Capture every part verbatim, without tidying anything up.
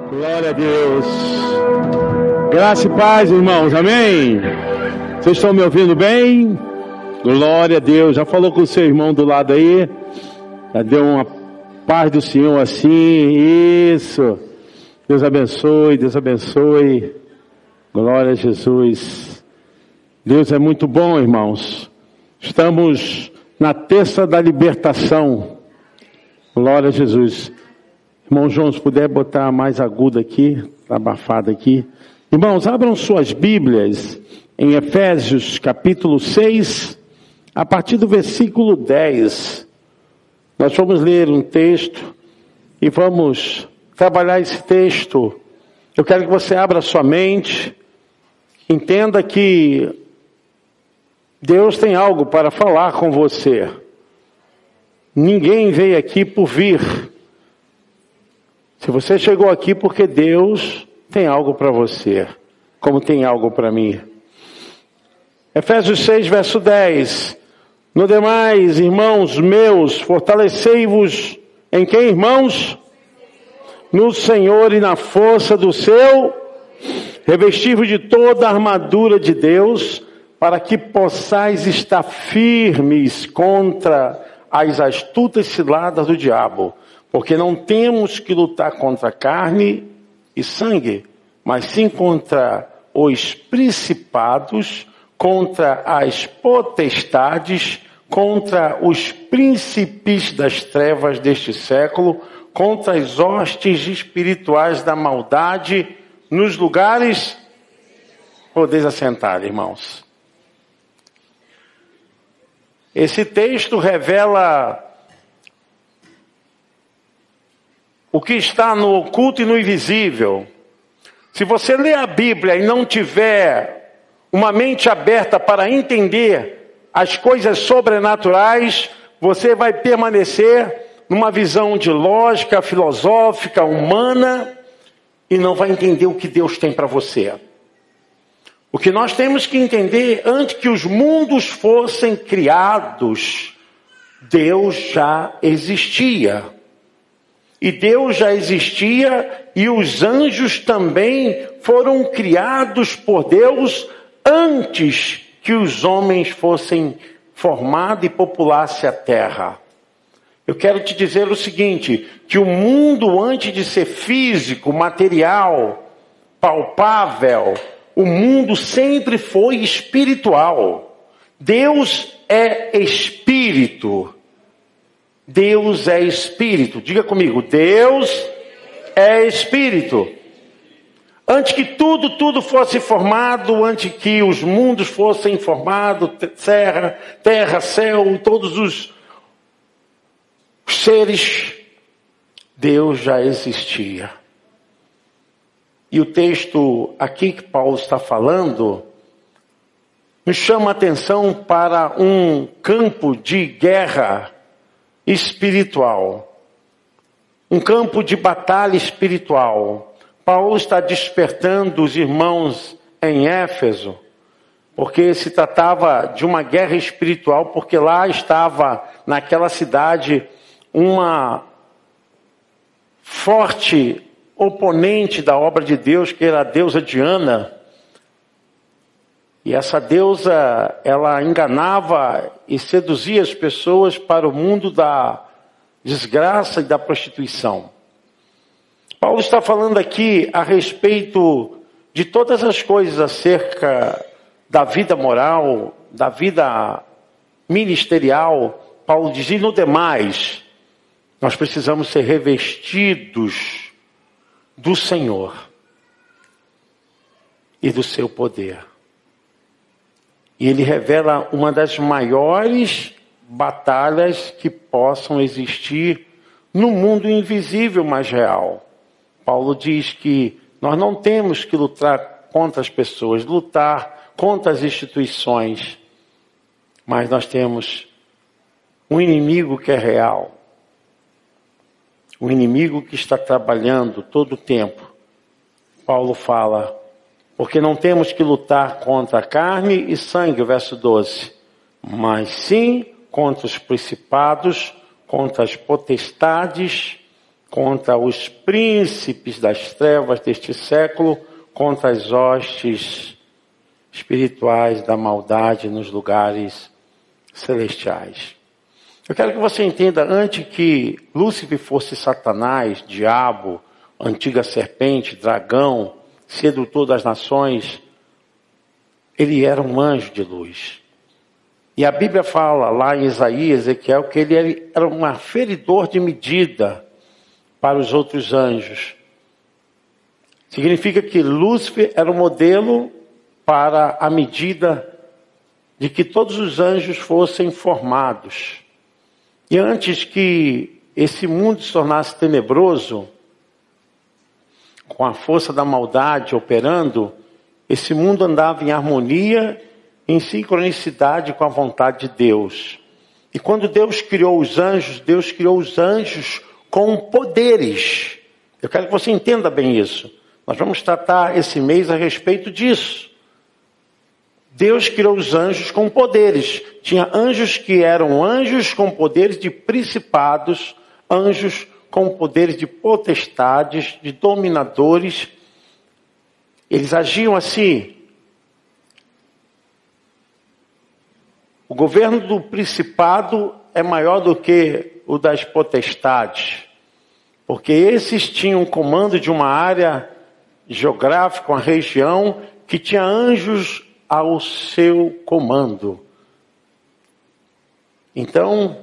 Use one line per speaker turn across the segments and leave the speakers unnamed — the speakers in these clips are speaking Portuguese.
Glória a Deus. Graça e paz, irmãos. Amém? Vocês estão me ouvindo bem? Glória a Deus. Já falou com o seu irmão do lado aí? Já deu uma paz do Senhor assim? Isso. Deus abençoe, Deus abençoe. Glória a Jesus. Deus é muito bom, irmãos. Estamos na terça da libertação. Glória a Jesus. Irmão João, se puder botar mais agudo aqui, tá abafado aqui. Irmãos, abram suas Bíblias em Efésios capítulo seis, a partir do versículo dez. Nós vamos ler um texto e vamos trabalhar esse texto. Eu quero que você abra sua mente, entenda que Deus tem algo para falar com você. Ninguém veio aqui por vir. Se você chegou aqui porque Deus tem algo para você, como tem algo para mim. Efésios seis, verso dez. No demais, irmãos meus, fortalecei-vos em quem, irmãos? No Senhor e na força do seu, revestir-vos de toda a armadura de Deus, para que possais estar firmes contra as astutas ciladas do diabo. Porque não temos que lutar contra carne e sangue, mas sim contra os principados, contra as potestades, contra os príncipes das trevas deste século, contra as hostes espirituais da maldade nos lugares. Podeis assentar, irmãos. Esse texto revela o que está no oculto e no invisível. Se você ler a Bíblia e não tiver uma mente aberta para entender as coisas sobrenaturais, você vai permanecer numa visão de lógica, filosófica, humana, e não vai entender o que Deus tem para você. O que nós temos que entender, antes que os mundos fossem criados, Deus já existia. E Deus já existia e os anjos também foram criados por Deus antes que os homens fossem formados e populassem a terra. Eu quero te dizer o seguinte, que o mundo antes de ser físico, material, palpável, o mundo sempre foi espiritual. Deus é espírito. Deus é espírito. Diga comigo, Deus é espírito. Antes que tudo, tudo fosse formado, antes que os mundos fossem formados, terra, terra, céu, todos os seres, Deus já existia. E o texto aqui que Paulo está falando nos chama a atenção para um campo de guerra espiritual, um campo de batalha espiritual. Paulo está despertando os irmãos em Éfeso, porque se tratava de uma guerra espiritual, porque lá estava, naquela cidade, uma forte oponente da obra de Deus, que era a deusa Diana. E essa deusa, ela enganava e seduzia as pessoas para o mundo da desgraça e da prostituição. Paulo está falando aqui a respeito de todas as coisas acerca da vida moral, da vida ministerial. Paulo diz, e no demais, nós precisamos ser revestidos do Senhor e do seu poder. E ele revela uma das maiores batalhas que possam existir no mundo invisível, mas real. Paulo diz que nós não temos que lutar contra as pessoas, lutar contra as instituições, mas nós temos um inimigo que é real. Um inimigo que está trabalhando todo o tempo. Paulo fala, porque não temos que lutar contra carne e sangue, verso doze, mas sim contra os principados, contra as potestades, contra os príncipes das trevas deste século, contra as hostes espirituais da maldade nos lugares celestiais. Eu quero que você entenda, antes que Lúcifer fosse Satanás, diabo, antiga serpente, dragão, sedutor das nações, ele era um anjo de luz. E a Bíblia fala lá em Isaías, Ezequiel, que ele era um aferidor de medida para os outros anjos. Significa que Lúcifer era o modelo para a medida de que todos os anjos fossem formados. E antes que esse mundo se tornasse tenebroso, com a força da maldade operando, esse mundo andava em harmonia, em sincronicidade com a vontade de Deus. E quando Deus criou os anjos, Deus criou os anjos com poderes. Eu quero que você entenda bem isso. Nós vamos tratar esse mês a respeito disso. Deus criou os anjos com poderes. Tinha anjos que eram anjos com poderes de principados, anjos com poderes de potestades, de dominadores. Eles agiam assim. O governo do principado é maior do que o das potestades, porque esses tinham comando de uma área geográfica, uma região que tinha anjos ao seu comando. Então,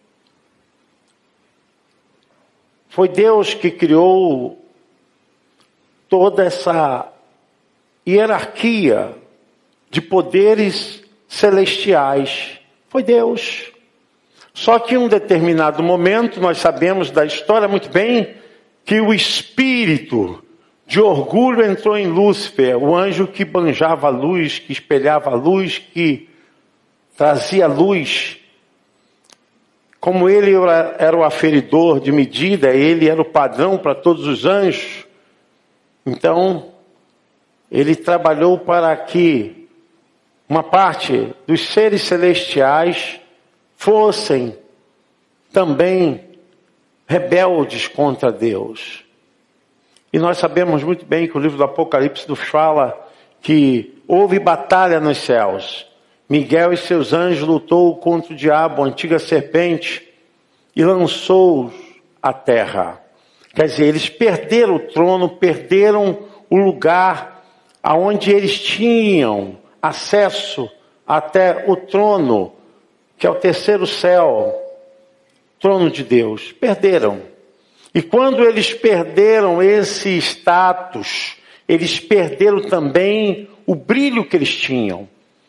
foi Deus que criou toda essa hierarquia de poderes celestiais. Foi Deus. Só que em um determinado momento, nós sabemos da história muito bem, que o espírito de orgulho entrou em Lúcifer, o anjo que banjava a luz, que espelhava a luz, que trazia luz. Como ele era o aferidor de medida, ele era o padrão para todos os anjos. Então, ele trabalhou para que uma parte dos seres celestiais fossem também rebeldes contra Deus. E nós sabemos muito bem que o livro do Apocalipse nos fala que houve batalha nos céus. Miguel e seus anjos lutou contra o diabo, a antiga serpente, e lançou-os à terra. Quer dizer, eles perderam o trono, perderam o lugar aonde eles tinham acesso até o trono, que é o terceiro céu, trono de Deus. Perderam. E quando eles perderam esse status, eles perderam também o brilho que eles tinham.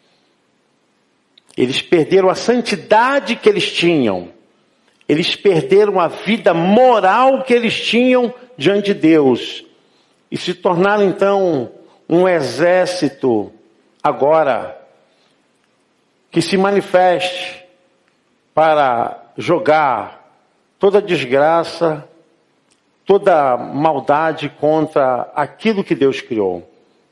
Eles perderam a santidade que eles tinham. Eles perderam a vida moral que eles tinham diante de Deus. E se tornaram então um exército agora que se manifeste para jogar toda desgraça, toda maldade contra aquilo que Deus criou.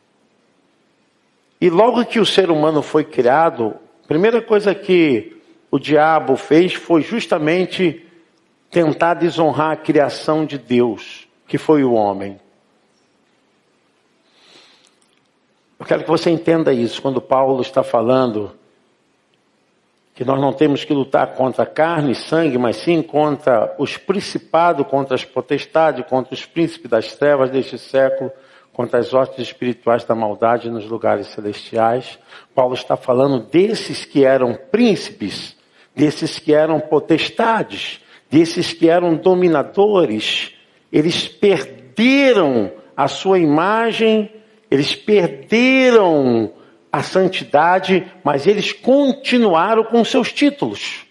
E logo que o ser humano foi criado, a primeira coisa que o diabo fez foi justamente tentar desonrar a criação de Deus, que foi o homem. Eu quero que você entenda isso, quando Paulo está falando que nós não temos que lutar contra carne e sangue, mas sim contra os principados, contra as potestades, contra os príncipes das trevas deste século, contra as hostes espirituais da maldade nos lugares celestiais. Paulo está falando desses que eram príncipes, desses que eram potestades, desses que eram dominadores. Eles perderam a sua imagem, eles perderam a santidade, mas eles continuaram com seus títulos.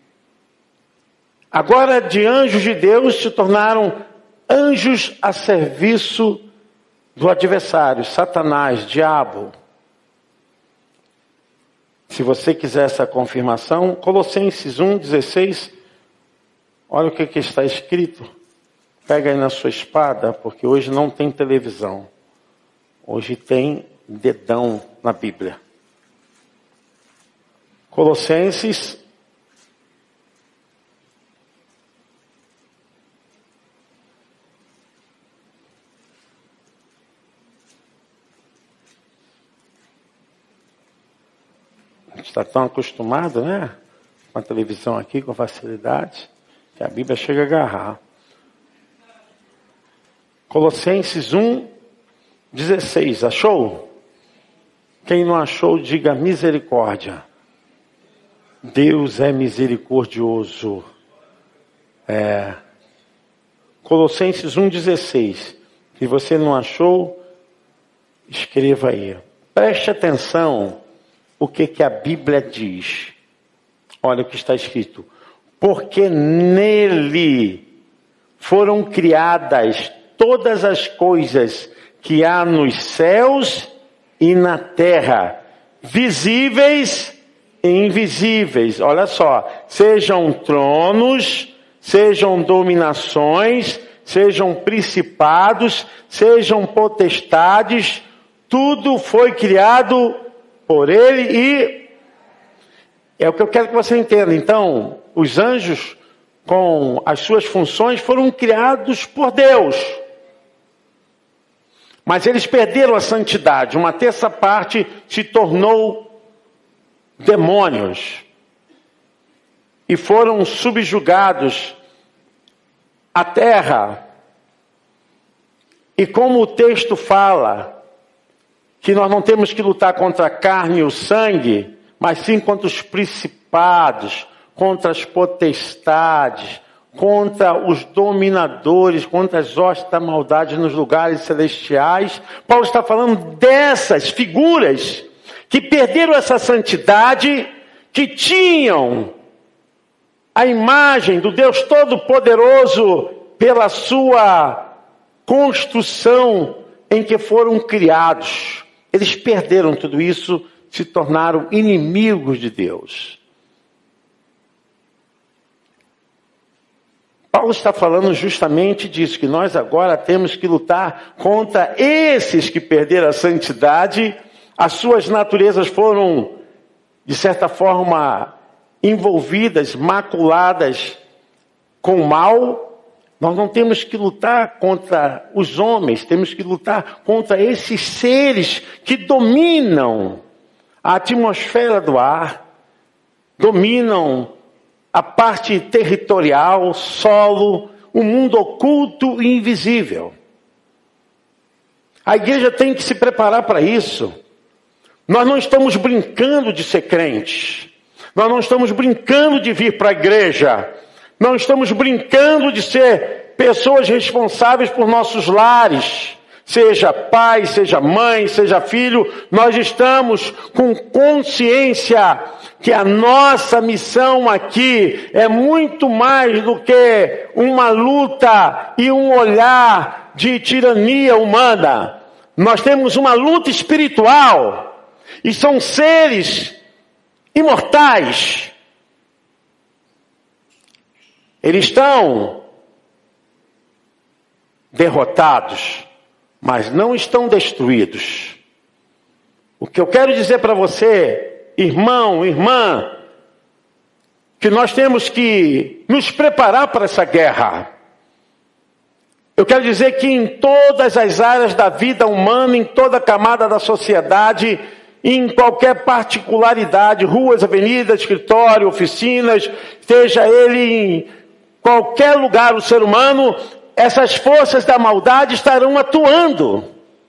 Agora, de anjos de Deus, se tornaram anjos a serviço do adversário, Satanás, diabo. Se você quiser essa confirmação, Colossenses um, dezesseis, olha o que, que está escrito. Pega aí na sua espada, porque hoje não tem televisão. Hoje tem dedão na Bíblia. Colossenses gente está tão acostumado, né? Com a televisão aqui, com facilidade, que a Bíblia chega a agarrar. Colossenses um, dezesseis. Achou? Quem não achou, diga misericórdia. Deus é misericordioso. É. Colossenses um, dezesseis. Se você não achou, escreva aí. Preste atenção o que, que a Bíblia diz. Olha o que está escrito. Porque nele foram criadas todas as coisas que há nos céus e na terra, visíveis e invisíveis. Olha só, sejam tronos, sejam dominações, sejam principados, sejam potestades, tudo foi criado por ele e é o que eu quero que você entenda. Então, os anjos, com as suas funções, foram criados por Deus. Mas eles perderam a santidade. Uma terça parte se tornou demônios. E foram subjugados à terra. E como o texto fala, que nós não temos que lutar contra a carne e o sangue, mas sim contra os principados, contra as potestades, contra os dominadores, contra as hostes da maldade nos lugares celestiais. Paulo está falando dessas figuras que perderam essa santidade, que tinham a imagem do Deus Todo-Poderoso pela sua construção em que foram criados. Eles perderam tudo isso, se tornaram inimigos de Deus. Paulo está falando justamente disso, que nós agora temos que lutar contra esses que perderam a santidade, as suas naturezas foram, de certa forma, envolvidas, maculadas com o mal. Nós não temos que lutar contra os homens, temos que lutar contra esses seres que dominam a atmosfera do ar, dominam a parte territorial, solo, o mundo oculto e invisível. A igreja tem que se preparar para isso. Nós não estamos brincando de ser crentes. Nós não estamos brincando de vir para a igreja. Não estamos brincando de ser pessoas responsáveis por nossos lares. Seja pai, seja mãe, seja filho. Nós estamos com consciência que a nossa missão aqui é muito mais do que uma luta e um olhar de tirania humana. Nós temos uma luta espiritual. E são seres imortais. Eles estão derrotados, mas não estão destruídos. O que eu quero dizer para você, irmão, irmã, que nós temos que nos preparar para essa guerra. Eu quero dizer que em todas as áreas da vida humana, em toda a camada da sociedade, em qualquer particularidade, ruas, avenidas, escritório, oficinas, seja ele em qualquer lugar, o ser humano, essas forças da maldade estarão atuando.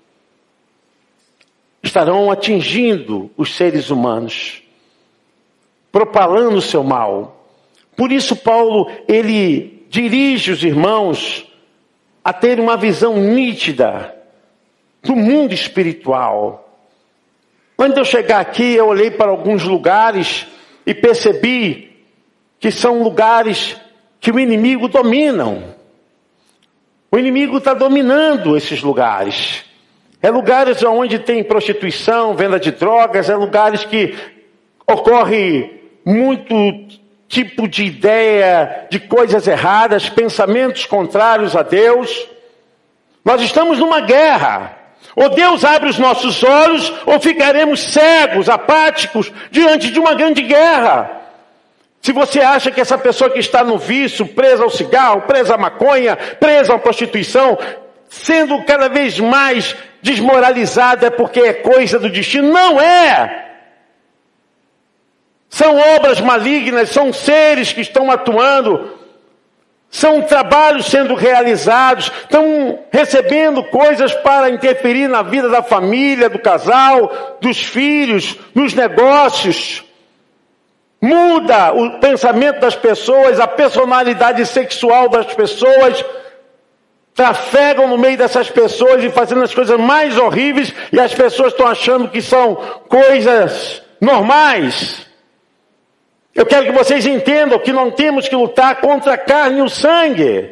Estarão atingindo os seres humanos, propalando o seu mal. Por isso Paulo, ele dirige os irmãos a ter uma visão nítida do mundo espiritual. Antes de eu chegar aqui, eu olhei para alguns lugares e percebi que são lugares que o inimigo domina. O inimigo está dominando esses lugares. É lugares onde tem prostituição, venda de drogas, é lugares que ocorre muito tipo de ideia de coisas erradas, pensamentos contrários a Deus. Nós estamos numa guerra. Ou Deus abre os nossos olhos, ou ficaremos cegos, apáticos, diante de uma grande guerra. Se você acha que essa pessoa que está no vício, presa ao cigarro, presa à maconha, presa à prostituição, sendo cada vez mais desmoralizada é porque é coisa do destino, não é! São obras malignas, são seres que estão atuando, são trabalhos sendo realizados, estão recebendo coisas para interferir na vida da família, do casal, dos filhos, nos negócios. Muda o pensamento das pessoas, a personalidade sexual das pessoas, trafegam no meio dessas pessoas e fazendo as coisas mais horríveis, e as pessoas estão achando que são coisas normais. Eu quero que vocês entendam que não temos que lutar contra a carne e o sangue.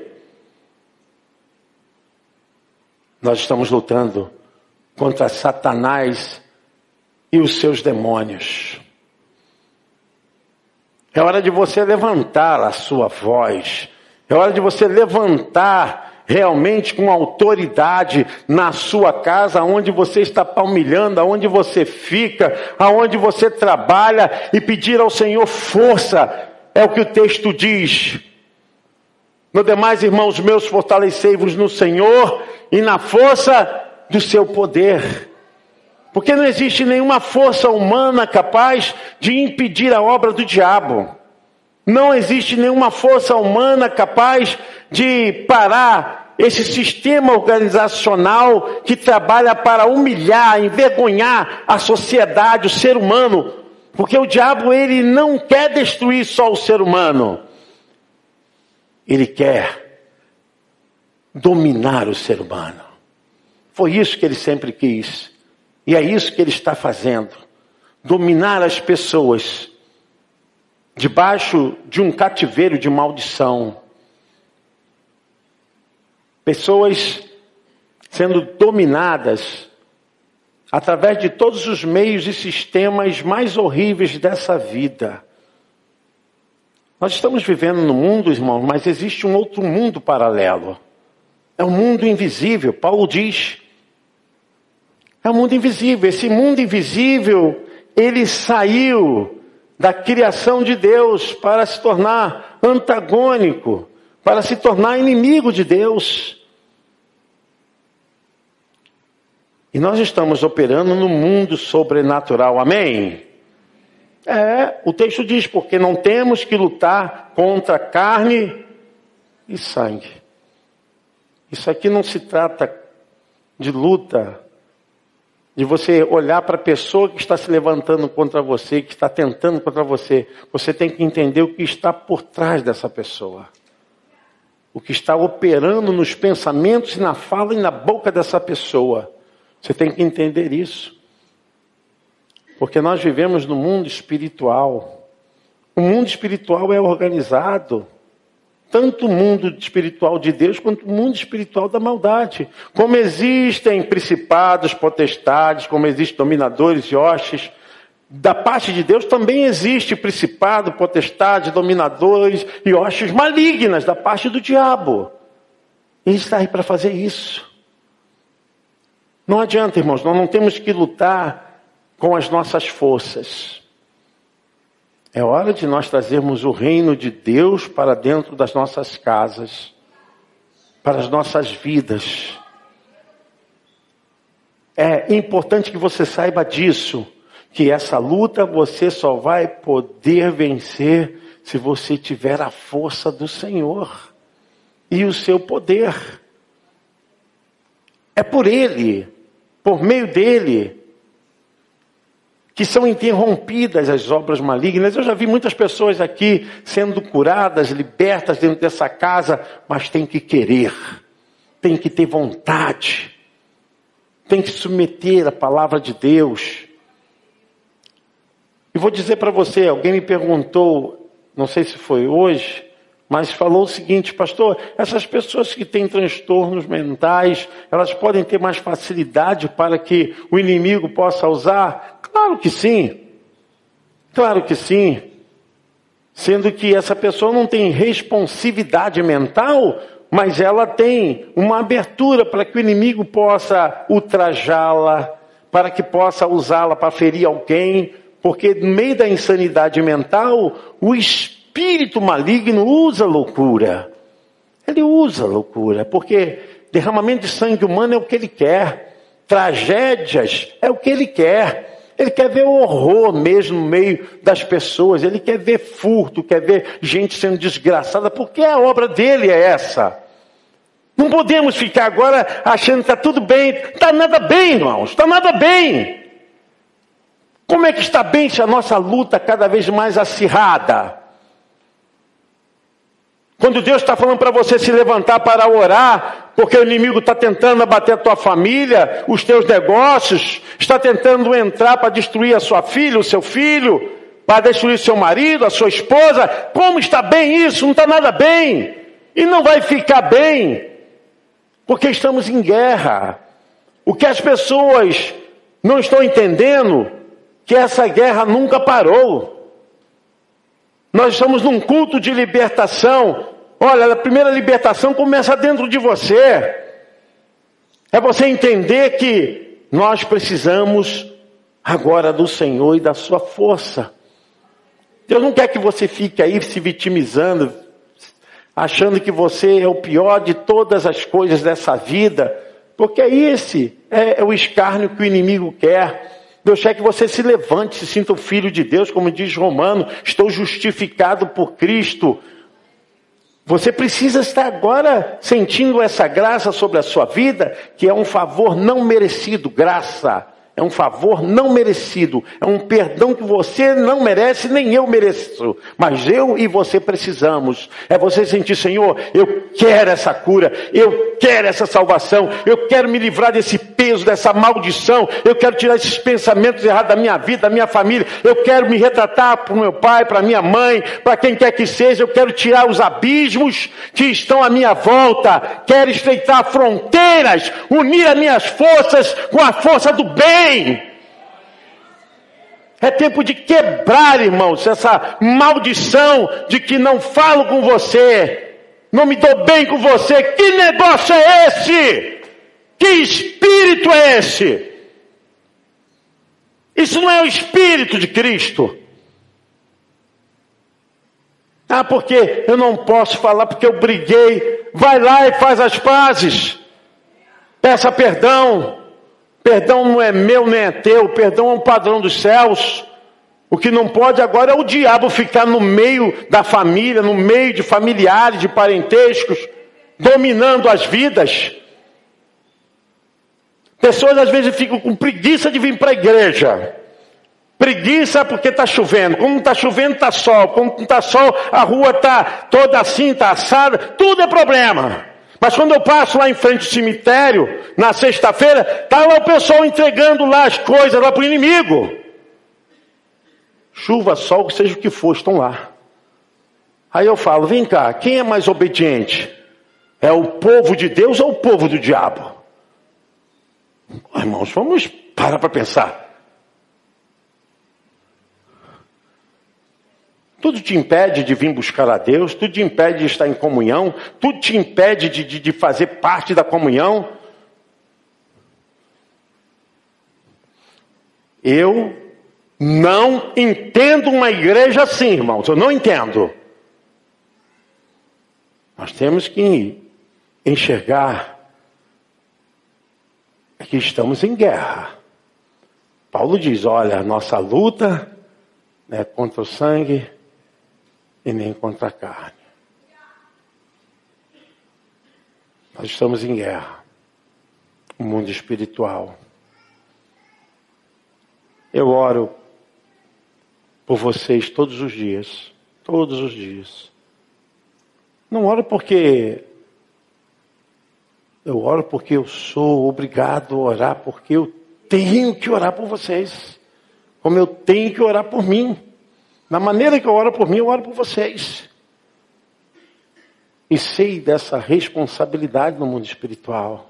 Nós estamos lutando contra Satanás e os seus demônios. É hora de você levantar a sua voz. É hora de você levantar realmente com autoridade na sua casa, onde você está palmilhando, aonde você fica, aonde você trabalha, e pedir ao Senhor força. É o que o texto diz. No demais, irmãos meus, fortalecei-vos no Senhor e na força do seu poder. Porque não existe nenhuma força humana capaz de impedir a obra do diabo. Não existe nenhuma força humana capaz de parar esse sistema organizacional que trabalha para humilhar, envergonhar a sociedade, o ser humano. Porque o diabo, ele não quer destruir só o ser humano. Ele quer dominar o ser humano. Foi isso que ele sempre quis. E é isso que ele está fazendo. Dominar as pessoas debaixo de um cativeiro de maldição. Pessoas sendo dominadas através de todos os meios e sistemas mais horríveis dessa vida. Nós estamos vivendo no mundo, irmãos, mas existe um outro mundo paralelo. É um mundo invisível. Paulo diz, é um mundo invisível. Esse mundo invisível, ele saiu da criação de Deus para se tornar antagônico, para se tornar inimigo de Deus. E nós estamos operando no mundo sobrenatural, amém? É, o texto diz, porque não temos que lutar contra carne e sangue. Isso aqui não se trata de luta, de você olhar para a pessoa que está se levantando contra você, que está tentando contra você. Você tem que entender o que está por trás dessa pessoa. O que está operando nos pensamentos e na fala e na boca dessa pessoa. Você tem que entender isso. Porque nós vivemos no mundo espiritual. O mundo espiritual é organizado. Tanto o mundo espiritual de Deus quanto o mundo espiritual da maldade. Como existem principados, potestades, como existem dominadores e hostes, da parte de Deus também existe principado, potestade, dominadores e hostes malignas da parte do diabo. Ele está aí para fazer isso. Não adianta, irmãos, nós não temos que lutar com as nossas forças. É hora de nós trazermos o reino de Deus para dentro das nossas casas, para as nossas vidas. É importante que você saiba disso, que essa luta você só vai poder vencer se você tiver a força do Senhor e o seu poder. É por Ele, por meio dEle, que são interrompidas as obras malignas. Eu já vi muitas pessoas aqui sendo curadas, libertas dentro dessa casa, mas tem que querer, tem que ter vontade, tem que submeter a palavra de Deus. E vou dizer para você, alguém me perguntou, não sei se foi hoje, mas falou o seguinte: pastor, essas pessoas que têm transtornos mentais, elas podem ter mais facilidade para que o inimigo possa usar? Claro que sim, claro que sim. Sendo que essa pessoa não tem responsividade mental, mas ela tem uma abertura para que o inimigo possa ultrajá-la, para que possa usá-la para ferir alguém, porque no meio da insanidade mental, o espírito maligno usa loucura. Ele usa loucura, porque derramamento de sangue humano é o que ele quer, tragédias é o que ele quer. Ele quer ver horror mesmo no meio das pessoas. Ele quer ver furto, quer ver gente sendo desgraçada, porque a obra dele é essa. Não podemos ficar agora achando que está tudo bem. Está nada bem, irmãos. Está nada bem. Como é que está bem se a nossa luta é cada vez mais acirrada? Quando Deus está falando para você se levantar para orar, porque o inimigo está tentando abater a tua família, os teus negócios, está tentando entrar para destruir a sua filha, o seu filho, para destruir seu marido, a sua esposa. Como está bem isso? Não está nada bem. E não vai ficar bem, porque estamos em guerra. O que as pessoas não estão entendendo, que essa guerra nunca parou. Nós estamos num culto de libertação. Olha, a primeira libertação começa dentro de você. É você entender que nós precisamos agora do Senhor e da sua força. Deus não quer que você fique aí se vitimizando, achando que você é o pior de todas as coisas dessa vida, porque esse é, é o escárnio que o inimigo quer. Deus quer que você se levante, se sinta o filho de Deus, como diz Romano, estou justificado por Cristo. Você precisa estar agora sentindo essa graça sobre a sua vida, que é um favor não merecido, graça. É um favor não merecido, é um perdão que você não merece, nem eu mereço, mas eu e você precisamos. É você sentir, Senhor, eu quero essa cura, eu quero essa salvação, eu quero me livrar desse peso, dessa maldição, eu quero tirar esses pensamentos errados da minha vida, da minha família, eu quero me retratar para o meu pai, para a minha mãe, para quem quer que seja, eu quero tirar os abismos que estão à minha volta, quero estreitar fronteiras, unir as minhas forças com a força do bem. É tempo de quebrar, irmãos, essa maldição de que não falo com você, não me dou bem com você. Que negócio é esse? Que espírito é esse? Isso não é o espírito de Cristo. Ah, porque eu não posso falar porque eu briguei. Vai lá e faz as pazes. Peça perdão. Perdão não é meu nem é teu, perdão é um padrão dos céus. O que não pode agora é o diabo ficar no meio da família, no meio de familiares, de parentescos, dominando as vidas. Pessoas às vezes ficam com preguiça de vir para a igreja. Preguiça porque está chovendo. Como está chovendo, está sol. Como não está sol, a rua está toda assim, está assada. Tudo é problema. Mas quando eu passo lá em frente ao cemitério, na sexta-feira, está lá o pessoal entregando lá as coisas lá para o inimigo. Chuva, sol, seja o que for, estão lá. Aí eu falo, vem cá, quem é mais obediente? É o povo de Deus ou o povo do diabo? Oh, irmãos, vamos parar para pensar. Tudo te impede de vir buscar a Deus, tudo te impede de estar em comunhão, tudo te impede de, de, de fazer parte da comunhão. Eu não entendo uma igreja assim, irmãos, eu não entendo. Nós temos que enxergar que estamos em guerra. Paulo diz, olha, a nossa luta não é contra o sangue e nem contra a carne. Nós estamos em guerra. O mundo espiritual. Eu oro por vocês todos os dias. Todos os dias. Não oro porque... Eu oro porque eu sou obrigado a orar, porque eu tenho que orar por vocês. Como eu tenho que orar por mim. Da maneira que eu oro por mim, eu oro por vocês. E sei dessa responsabilidade no mundo espiritual.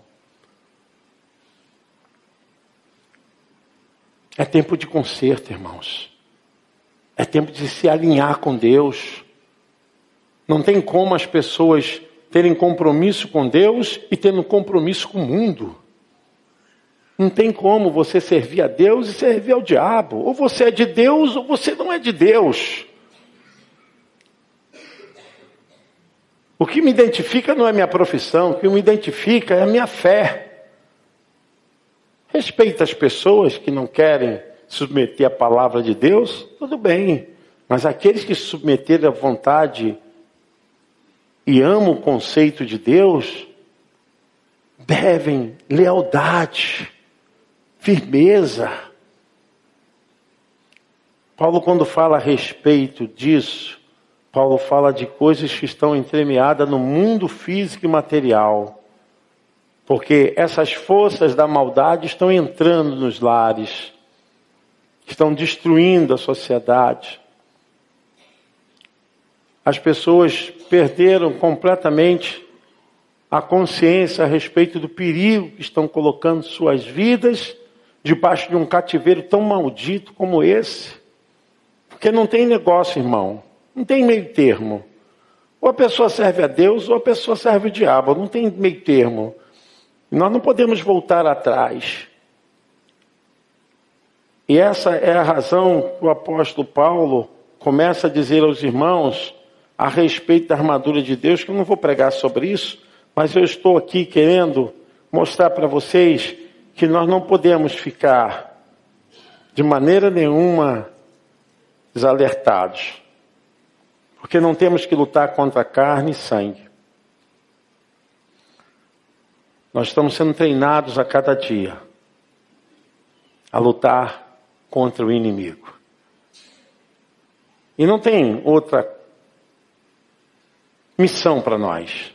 É tempo de conserto, irmãos. É tempo de se alinhar com Deus. Não tem como as pessoas terem compromisso com Deus e tendo compromisso com o mundo. Não tem como você servir a Deus e servir ao diabo. Ou você é de Deus ou você não é de Deus. O que me identifica não é minha profissão, o que me identifica é a minha fé. Respeita as pessoas que não querem submeter à palavra de Deus, tudo bem. Mas aqueles que se submeterem à vontade e amam o conceito de Deus, devem lealdade, firmeza. Paulo, quando fala a respeito disso, Paulo fala de coisas que estão entremeadas no mundo físico e material. Porque essas forças da maldade estão entrando nos lares, estão destruindo a sociedade. As pessoas perderam completamente a consciência a respeito do perigo que estão colocando suas vidas debaixo de um cativeiro tão maldito como esse. Porque não tem negócio, irmão. Não tem meio termo. Ou a pessoa serve a Deus ou a pessoa serve o diabo. Não tem meio termo. Nós não podemos voltar atrás. E essa é a razão que o apóstolo Paulo começa a dizer aos irmãos a respeito da armadura de Deus, que eu não vou pregar sobre isso, mas eu estou aqui querendo mostrar para vocês que nós não podemos ficar de maneira nenhuma desalertados. Porque não temos que lutar contra carne e sangue. Nós estamos sendo treinados a cada dia a lutar contra o inimigo. E não tem outra missão para nós.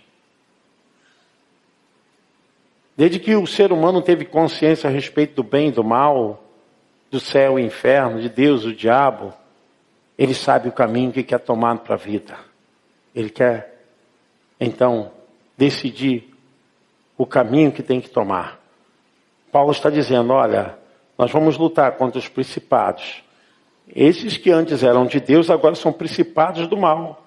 Desde que o ser humano teve consciência a respeito do bem e do mal, do céu e inferno, de Deus e do diabo, ele sabe o caminho que quer tomar para a vida. Ele quer, então, decidir o caminho que tem que tomar. Paulo está dizendo, olha, nós vamos lutar contra os principados. Esses que antes eram de Deus, agora são principados do mal.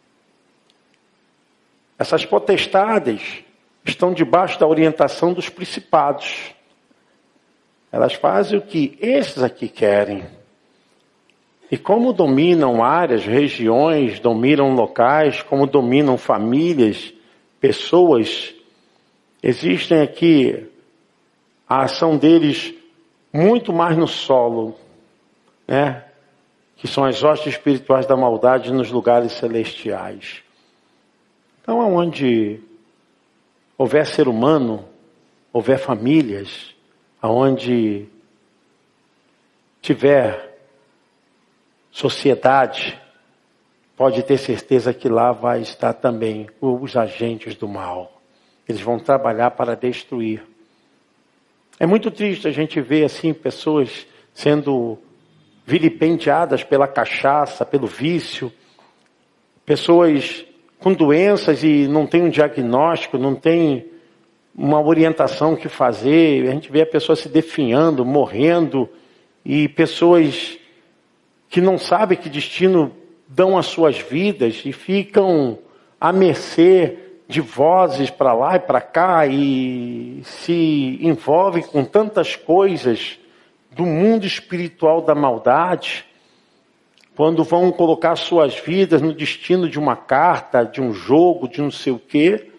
Essas potestades estão debaixo da orientação dos principados. Elas fazem o que esses aqui querem. E como dominam áreas, regiões, dominam locais, como dominam famílias, pessoas, existem aqui a ação deles muito mais no solo, né? Que são as hostes espirituais da maldade nos lugares celestiais. Então, aonde houver ser humano, houver famílias, aonde tiver sociedade, pode ter certeza que lá vai estar também os agentes do mal. Eles vão trabalhar para destruir. É muito triste a gente ver assim pessoas sendo vilipendiadas pela cachaça, pelo vício, pessoas com doenças e não tem um diagnóstico, não tem uma orientação que fazer. A gente vê a pessoa se definhando, morrendo, e pessoas que não sabem que destino dão as suas vidas e ficam à mercê de vozes para lá e para cá e se envolvem com tantas coisas do mundo espiritual da maldade, quando vão colocar suas vidas no destino de uma carta, de um jogo, de não sei o quê,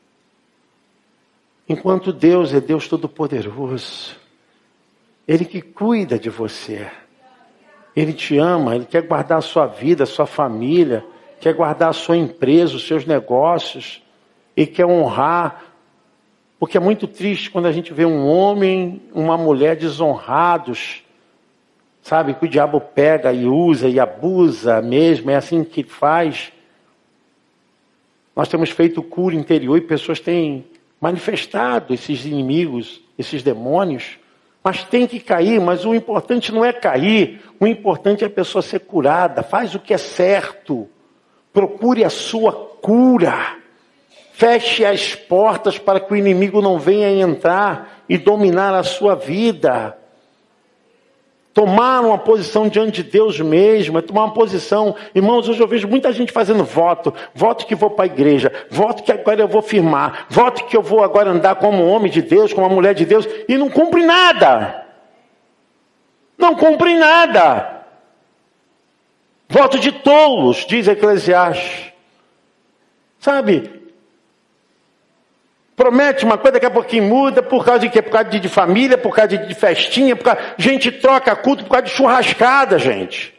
enquanto Deus é Deus Todo-Poderoso. Ele que cuida de você. Ele te ama, Ele quer guardar a sua vida, a sua família, quer guardar a sua empresa, os seus negócios, e quer honrar. Porque é muito triste quando a gente vê um homem, uma mulher desonrados, sabe, que o diabo pega e usa e abusa mesmo, é assim que faz. Nós temos feito cura interior e pessoas têm manifestado esses inimigos, esses demônios, mas tem que cair. Mas o importante não é cair, o importante é a pessoa ser curada. Faz o que é certo, procure a sua cura, feche as portas para que o inimigo não venha entrar e dominar a sua vida. Tomar uma posição diante de Deus mesmo, é tomar uma posição. Irmãos, hoje eu vejo muita gente fazendo voto. Voto que vou para a igreja. Voto que agora eu vou firmar. Voto que eu vou agora andar como homem de Deus, como uma mulher de Deus. E não cumpre nada. Não cumpre nada. Voto de tolos, diz Eclesiastes. Sabe? Promete uma coisa, daqui a pouquinho muda, por causa de quê? Por causa de, de família, por causa de, de festinha, por causa... gente troca culto por causa de churrascada, gente.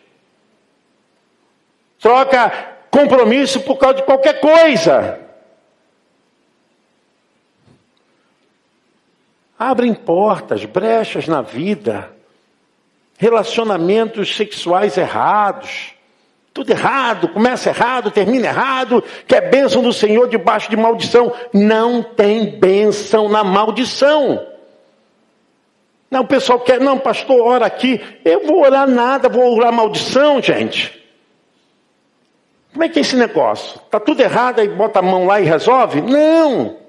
Troca compromisso por causa de qualquer coisa. Abrem portas, brechas na vida. Relacionamentos sexuais errados. Tudo errado, começa errado, termina errado. Quer bênção do Senhor debaixo de maldição. Não tem bênção na maldição. Não, o pessoal quer, não, pastor, ora aqui. Eu vou orar nada, vou orar maldição, gente. Como é que é esse negócio? Está tudo errado, aí bota a mão lá e resolve? Não.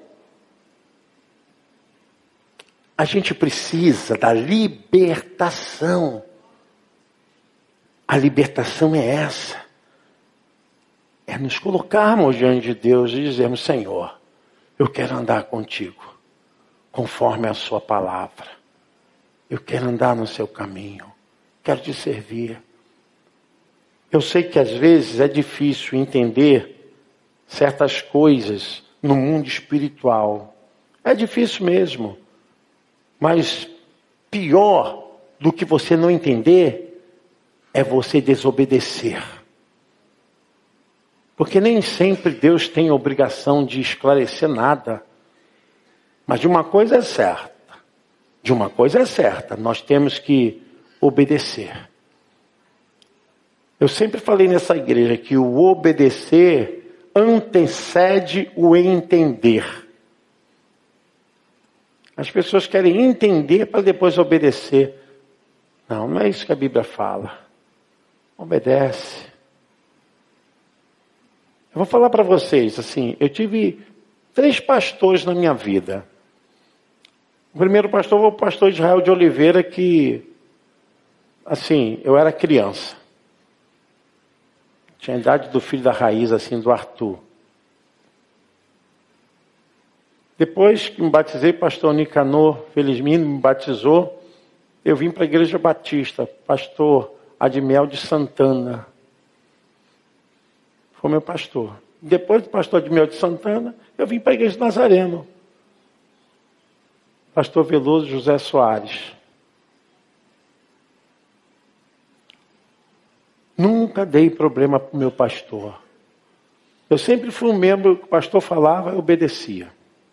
A gente precisa da libertação. A libertação é essa. É nos colocarmos diante de Deus e dizermos, Senhor, eu quero andar contigo, conforme a sua palavra. Eu quero andar no seu caminho. Quero te servir. Eu sei que às vezes é difícil entender certas coisas no mundo espiritual. É difícil mesmo. Mas pior do que você não entender é você desobedecer. Porque nem sempre Deus tem a obrigação de esclarecer nada. Mas de uma coisa é certa. De uma coisa é certa. Nós temos que obedecer. Eu sempre falei nessa igreja que o obedecer antecede o entender. As pessoas querem entender para depois obedecer. Não, não é isso que a Bíblia fala. Obedece. Eu vou falar para vocês, assim, eu tive três pastores na minha vida. O primeiro pastor foi o pastor Israel de Oliveira, que, assim, eu era criança. Tinha a idade do filho da Raiz, assim, do Arthur. Depois que me batizei, pastor Nicanor Felizmino me batizou, eu vim para a Igreja Batista, pastor Admiel de Santana. Foi meu pastor. Depois do pastor Admiel de Santana, eu vim para a Igreja de Nazareno. Pastor Veloso José Soares. Nunca dei problema para o meu pastor. Eu sempre fui um membro que o pastor falava e obedecia.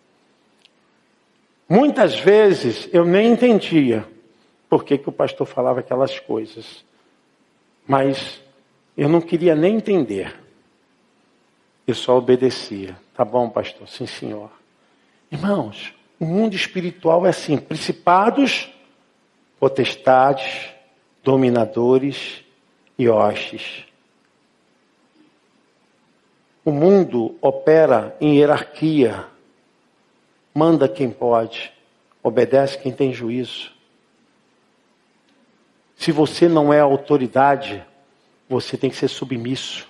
Muitas vezes eu nem entendia por que, que o pastor falava aquelas coisas. Mas eu não queria nem entender. Eu só obedecia. Tá bom, pastor? Sim, senhor. Irmãos, o mundo espiritual é assim. Principados, potestades, dominadores e hostes. O mundo opera em hierarquia. Manda quem pode, obedece quem tem juízo. Se você não é autoridade, você tem que ser submisso.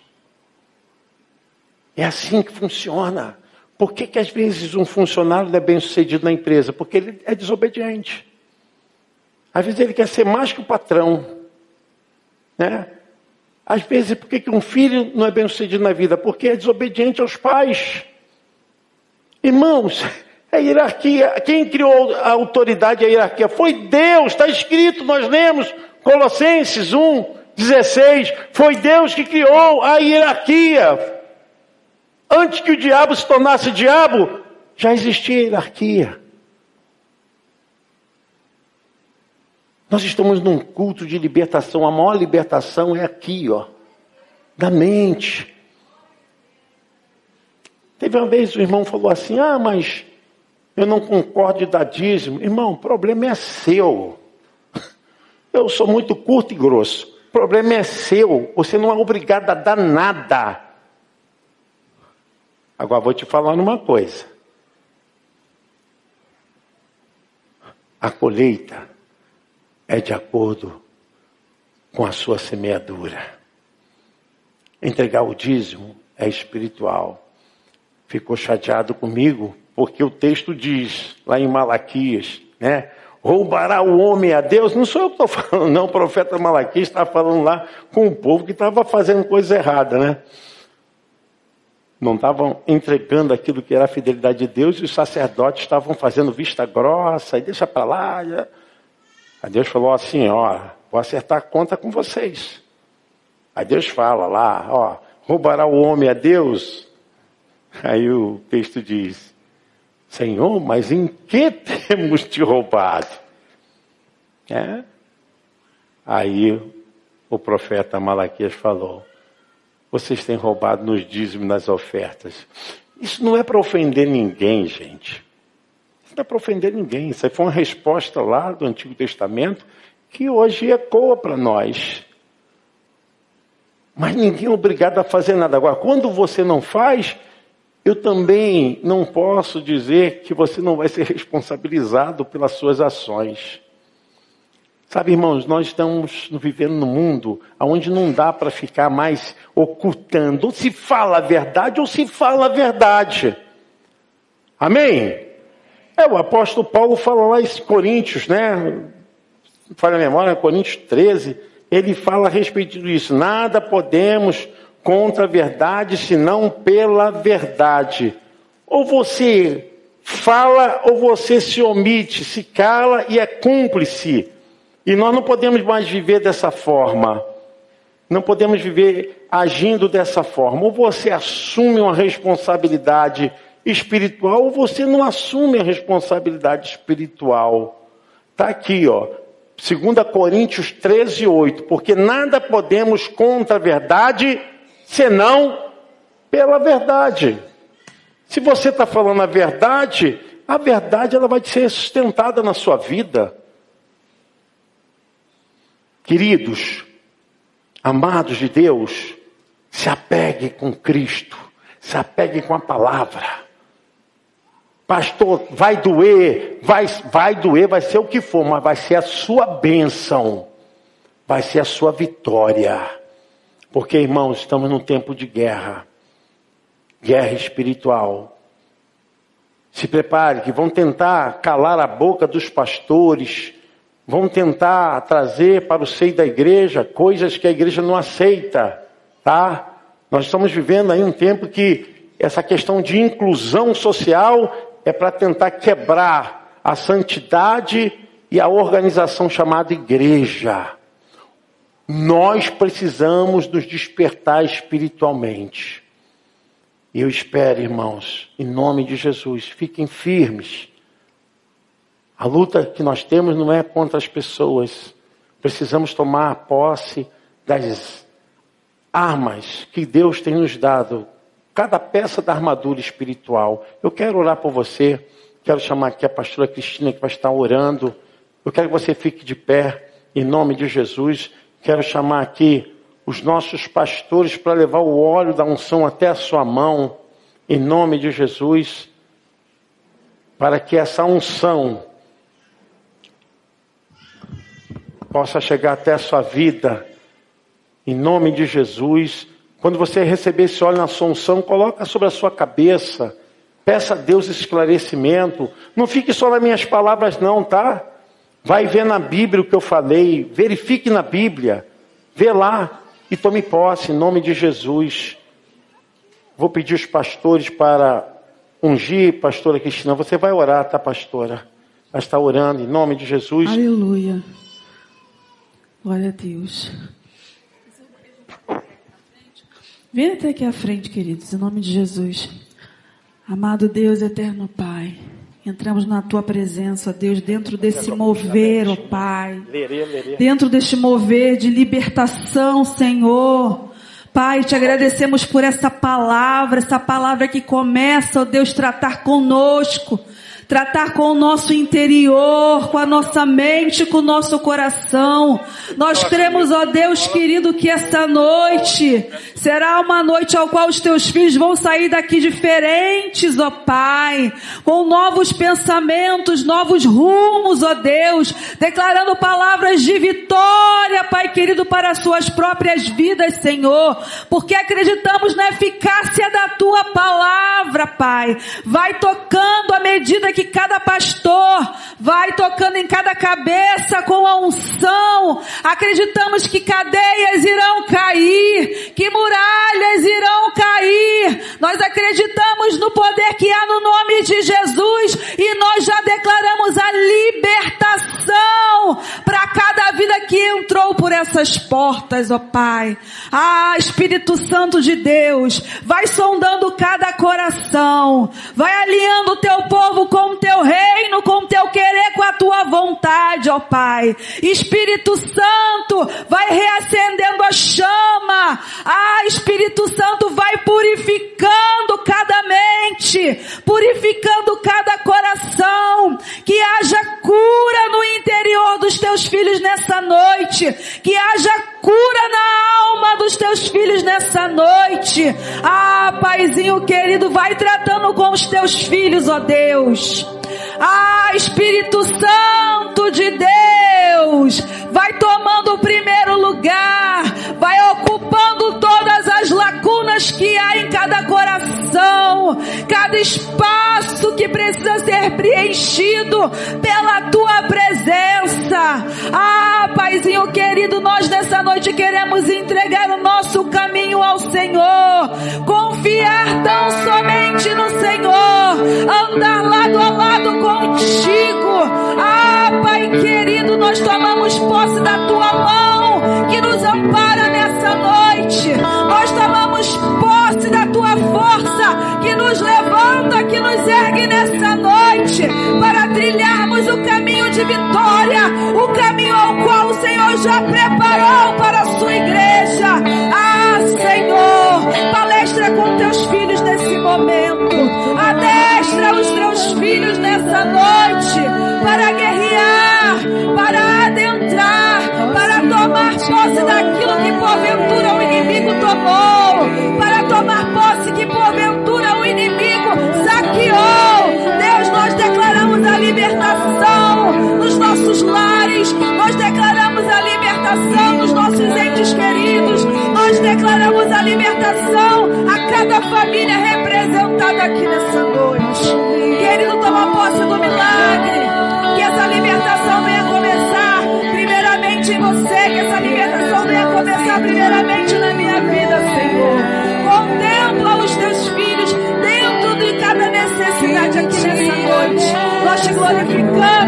É assim que funciona. Por que que às vezes um funcionário é bem sucedido na empresa? Porque ele é desobediente. Às vezes ele quer ser mais que o patrão. Né? Às vezes, por que que um filho não é bem sucedido na vida? Porque é desobediente aos pais. Irmãos, a hierarquia, quem criou a autoridade e a hierarquia? Foi Deus, está escrito, nós lemos Colossenses um, dezesseis. Foi Deus que criou a hierarquia. Antes que o diabo se tornasse diabo, já existia hierarquia. Nós estamos num culto de libertação. A maior libertação é aqui, ó, da mente. Teve uma vez o irmão falou assim, ah, mas eu não concordo de dar dízimo. Irmão, o problema é seu. Eu sou muito curto e grosso. O problema é seu. Você não é obrigado a dar nada. Agora vou te falar uma coisa. A colheita é de acordo com a sua semeadura. Entregar o dízimo é espiritual. Ficou chateado comigo, porque o texto diz, lá em Malaquias, né? Roubará o homem a Deus. Não sou eu que estou falando, não. O profeta Malaquias está falando lá com o povo que estava fazendo coisa errada, né? não estavam entregando aquilo que era a fidelidade de Deus, e os sacerdotes estavam fazendo vista grossa, e deixa para lá. Já. Aí Deus falou assim, ó, vou acertar a conta com vocês. Aí Deus fala lá, ó, roubará o homem a Deus? Aí o texto diz, Senhor, mas em que temos te roubado? É? Aí o profeta Malaquias falou, vocês têm roubado nos dízimos, nas ofertas. Isso não é para ofender ninguém, gente. Isso não é para ofender ninguém. Isso aí foi uma resposta lá do Antigo Testamento que hoje ecoa para nós. Mas ninguém é obrigado a fazer nada. Agora, quando você não faz, eu também não posso dizer que você não vai ser responsabilizado pelas suas ações. Sabe, irmãos, nós estamos vivendo num mundo onde não dá para ficar mais ocultando. Ou se fala a verdade, ou se fala a verdade. Amém? É, o apóstolo Paulo fala lá em Coríntios, né? Não falha a memória, Coríntios treze. Ele fala a respeito disso. Nada podemos contra a verdade, senão pela verdade. Ou você fala, ou você se omite, se cala e é cúmplice. E nós não podemos mais viver dessa forma. Não podemos viver agindo dessa forma. Ou você assume uma responsabilidade espiritual, ou você não assume a responsabilidade espiritual. Está aqui, ó. dois Coríntios treze, oito. Porque nada podemos contra a verdade, senão pela verdade. Se você está falando a verdade, a verdade ela vai ser sustentada na sua vida. Queridos, amados de Deus, se apegue com Cristo, se apegue com a palavra. Pastor, vai doer, vai, vai doer, vai ser o que for, mas vai ser a sua bênção, vai ser a sua vitória. Porque, irmãos, estamos num tempo de guerra, guerra espiritual. Se prepare, que vão tentar calar a boca dos pastores, vão tentar trazer para o seio da igreja coisas que a igreja não aceita, tá? Nós estamos vivendo aí um tempo que essa questão de inclusão social é para tentar quebrar a santidade e a organização chamada igreja. Nós precisamos nos despertar espiritualmente. E eu espero, irmãos, em nome de Jesus, fiquem firmes. A luta que nós temos não é contra as pessoas. Precisamos tomar posse das armas que Deus tem nos dado. Cada peça da armadura espiritual. Eu quero orar por você. Quero chamar aqui a pastora Cristina que vai estar orando. Eu quero que você fique de pé em nome de Jesus. Quero chamar aqui os nossos pastores para levar o óleo da unção até a sua mão em nome de Jesus. Para que essa unção possa chegar até a sua vida, em nome de Jesus. Quando você receber esse óleo na sua unção, coloca sobre a sua cabeça, peça a Deus esclarecimento, não fique só nas minhas palavras não, tá? Vai ver na Bíblia o que eu falei, verifique na Bíblia, vê lá e tome posse, em nome de Jesus. Vou pedir os pastores para ungir, pastora Cristina, você vai orar, tá, pastora? Vai estar orando, em nome de Jesus.
Aleluia. Glória a Deus. Vem até aqui à frente, queridos, em nome de Jesus. Amado Deus, eterno Pai, entramos na Tua presença, Deus, dentro desse mover, ó Pai. Dentro deste mover de libertação, Senhor. Pai, te agradecemos por essa palavra, essa palavra que começa, ó Deus, tratar conosco. Tratar com o nosso interior, com a nossa mente, com o nosso coração. Nós cremos, ó Deus querido, que essa noite será uma noite ao qual os teus filhos vão sair daqui diferentes, ó Pai, com novos pensamentos, novos rumos, ó Deus, declarando palavras de vitória glória, Pai querido, para as suas próprias vidas, Senhor, porque acreditamos na eficácia da tua palavra, Pai. Vai tocando à medida que cada pastor vai tocando em cada cabeça com a unção. Acreditamos que cadeias irão cair, que muralhas irão cair. Nós acreditamos no poder que há no nome de Jesus e nós já declaramos a libertação para cada vida que entrou por essas portas, ó Pai. Ah, Espírito Santo de Deus, vai sondando cada coração, vai alinhando o teu povo com o teu reino, com o teu querer, com a tua vontade, ó Pai. Espírito Santo, vai reacendendo a chama. Ah, Espírito Santo, vai purificando cada mente, purificando cada coração, que haja cura no interior dos teus filhos nessa noite, que haja cura na alma dos teus filhos nessa noite. Ah, Paizinho querido, vai tratando com os teus filhos, ó Deus. Ah, Espírito Santo de Deus, vai tomando o primeiro lugar, vai ocupando todas as lacunas que há em cada coração, cada espaço que precisa ser preenchido pela tua presença. Ah, Paizinho querido, nós nessa noite queremos entregar o nosso caminho ao Senhor, confiar tão somente no Senhor, andar lado a lado contigo. Ah, Pai querido, nós tomamos posse da tua mão que nos ampara nessa noite. Nós tomamos posse da tua força que nos levanta, que nos ergue nessa noite para trilharmos o caminho de vitória, o caminho ao qual o Senhor já preparou para a sua igreja. Ah, Senhor, palestra com teus filhos nesse momento, adestra os teus filhos nessa noite para guerrear, para adentrar, para tomar posse daquilo que porventura o inimigo tomou, para tomar posse que porventura o inimigo saqueou. Deus, nós declaramos a libertação nos nossos lares, nós declaramos a libertação nos nossos entes queridos, nós declaramos a libertação a cada família representada aqui nessa noite. Querido, toma posse do milagre, que essa libertação venha começar primeiramente em você, que essa libertação venha começar primeiramente na minha vida, Senhor. Contempla os teus filhos dentro de cada necessidade aqui nessa noite. Nós te glorificamos.